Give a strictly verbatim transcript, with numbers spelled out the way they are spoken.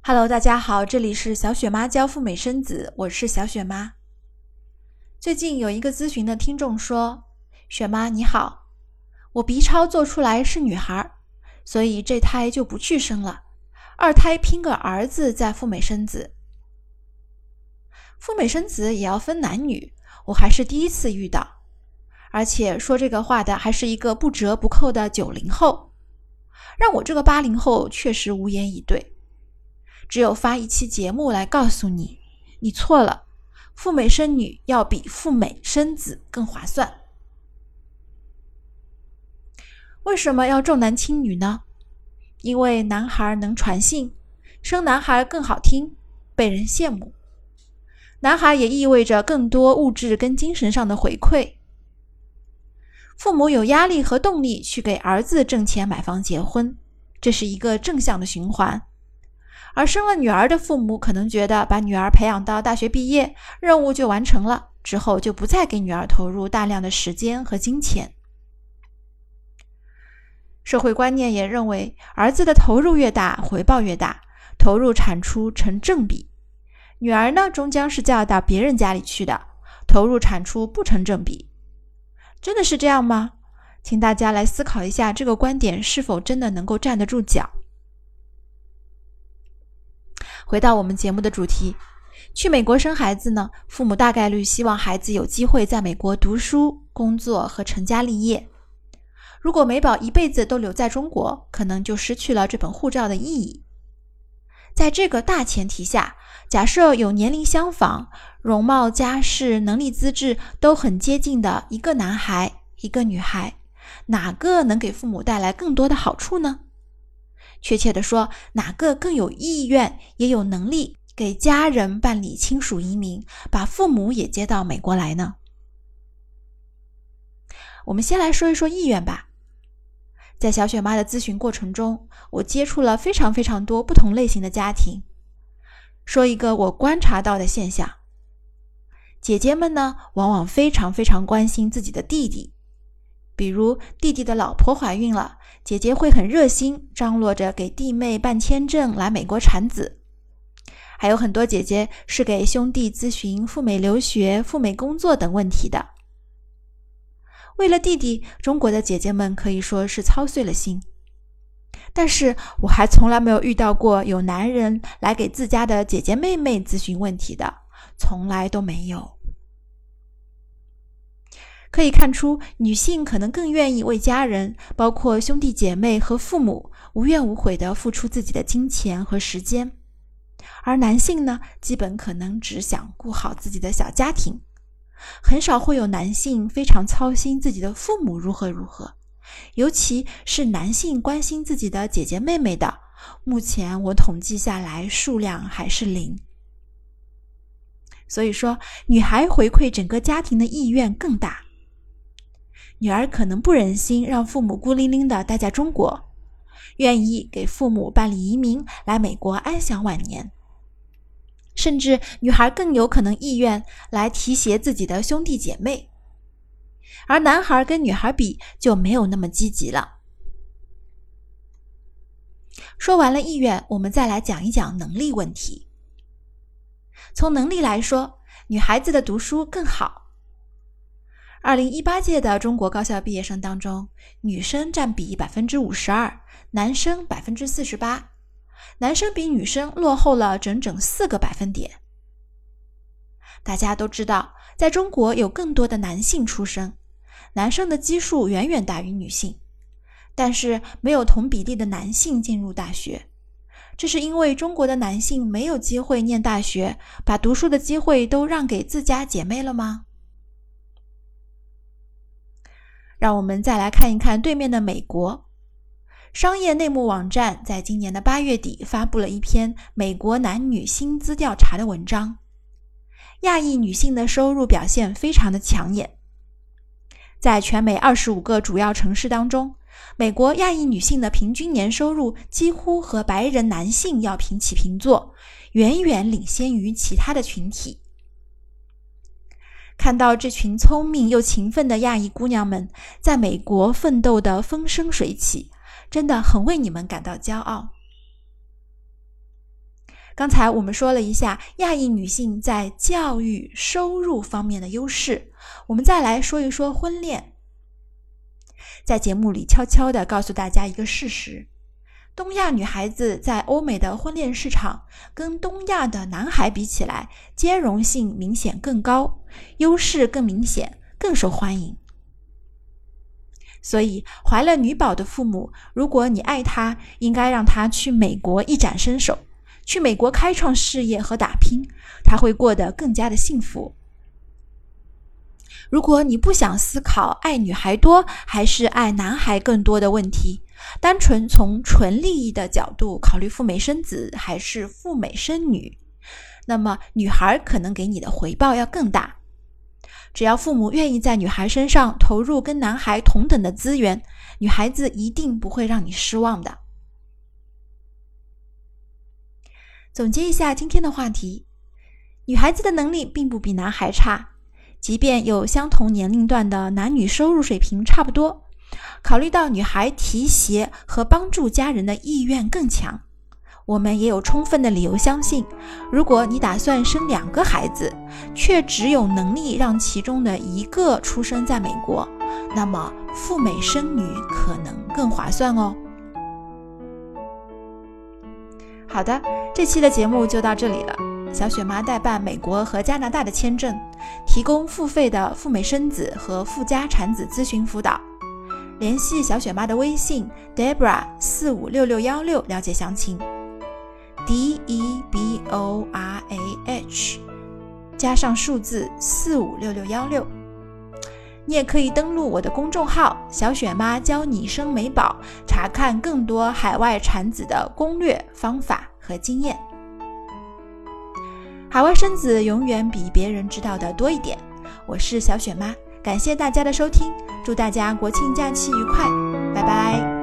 Hello， 大家好，这里是小雪妈教赴美生子，我是小雪妈。最近有一个咨询的听众说，雪妈你好，我 B 超做出来是女孩，所以这胎就不去生了，二胎拼个儿子再赴美生子。赴美生子也要分男女，我还是第一次遇到，而且说这个话的还是一个不折不扣的九零后，让我这个八零后确实无言以对。只有发一期节目来告诉你，你错了，赴美生女要比赴美生子更划算。为什么要重男轻女呢？因为男孩能传信，生男孩更好听，被人羡慕。男孩也意味着更多物质跟精神上的回馈。父母有压力和动力去给儿子挣钱买房结婚，这是一个正向的循环。而生了女儿的父母可能觉得把女儿培养到大学毕业，任务就完成了，之后就不再给女儿投入大量的时间和金钱。社会观念也认为，儿子的投入越大，回报越大，投入产出成正比。女儿呢，终将是嫁到别人家里去的，投入产出不成正比。真的是这样吗？请大家来思考一下，这个观点是否真的能够站得住脚。回到我们节目的主题，去美国生孩子呢，父母大概率希望孩子有机会在美国读书、工作和成家立业。如果美宝一辈子都留在中国，可能就失去了这本护照的意义。在这个大前提下，假设有年龄相仿、容貌、家世、能力资质都很接近的一个男孩、一个女孩，哪个能给父母带来更多的好处呢？确切地说，哪个更有意愿也有能力给家人办理亲属移民，把父母也接到美国来呢？我们先来说一说意愿吧。在小雪妈的咨询过程中，我接触了非常非常多不同类型的家庭。说一个我观察到的现象，姐姐们呢，往往非常非常关心自己的弟弟。比如弟弟的老婆怀孕了，姐姐会很热心，张罗着给弟妹办签证来美国产子。还有很多姐姐是给兄弟咨询赴美留学、赴美工作等问题的。为了弟弟，中国的姐姐们可以说是操碎了心。但是我还从来没有遇到过有男人来给自家的姐姐妹妹咨询问题的，从来都没有。可以看出，女性可能更愿意为家人，包括兄弟姐妹和父母，无怨无悔地付出自己的金钱和时间。而男性呢，基本可能只想顾好自己的小家庭，很少会有男性非常操心自己的父母如何如何，尤其是男性关心自己的姐姐妹妹的，目前我统计下来数量还是零。所以说，女孩回馈整个家庭的意愿更大。女儿可能不忍心让父母孤零零地待在中国，愿意给父母办理移民来美国安享晚年。甚至女孩更有可能意愿来提携自己的兄弟姐妹。而男孩跟女孩比就没有那么积极了。说完了意愿，我们再来讲一讲能力问题。从能力来说，女孩子的读书更好。二零一八届的中国高校毕业生当中，女生占比 百分之五十二， 男生 百分之四十八， 男生比女生落后了整整四个百分点。大家都知道，在中国有更多的男性出生，男生的基数远远大于女性，但是没有同比例的男性进入大学。这是因为中国的男性没有机会念大学，把读书的机会都让给自家姐妹了吗？让我们再来看一看对面的美国。商业内幕网站在今年的八月底发布了一篇美国男女薪资调查的文章。亚裔女性的收入表现非常的抢眼。在全美二十五个主要城市当中，美国亚裔女性的平均年收入几乎和白人男性要平起平坐，远远领先于其他的群体。看到这群聪明又勤奋的亚裔姑娘们在美国奋斗的风生水起，真的很为你们感到骄傲。 刚才我们说了一下亚裔女性在教育、收入方面的优势，我们再来说一说婚恋。在节目里悄悄地告诉大家一个事实，东亚女孩子在欧美的婚恋市场跟东亚的男孩比起来，兼容性明显更高，优势更明显，更受欢迎。所以怀了女宝的父母，如果你爱她，应该让她去美国一展身手，去美国开创事业和打拼，她会过得更加的幸福。如果你不想思考爱女孩多还是爱男孩更多的问题，单纯从纯利益的角度考虑赴美生子还是赴美生女，那么女孩可能给你的回报要更大。只要父母愿意在女孩身上投入跟男孩同等的资源，女孩子一定不会让你失望的。总结一下今天的话题，女孩子的能力并不比男孩差，即便有相同年龄段的男女收入水平差不多，考虑到女孩提携和帮助家人的意愿更强，我们也有充分的理由相信，如果你打算生两个孩子，却只有能力让其中的一个出生在美国，那么赴美生女可能更划算哦。好的，这期的节目就到这里了。小雪妈代办美国和加拿大的签证，提供付费的赴美生子和赴加产子咨询辅导。联系小雪妈的微信 Debra 四五六六一六了解详情。D E B O R A H 加上数字四五六六一六。你也可以登录我的公众号小雪妈教你生美宝，查看更多海外产子的攻略方法和经验。海外生子永远比别人知道的多一点。我是小雪妈，感谢大家的收听，祝大家国庆假期愉快，拜拜。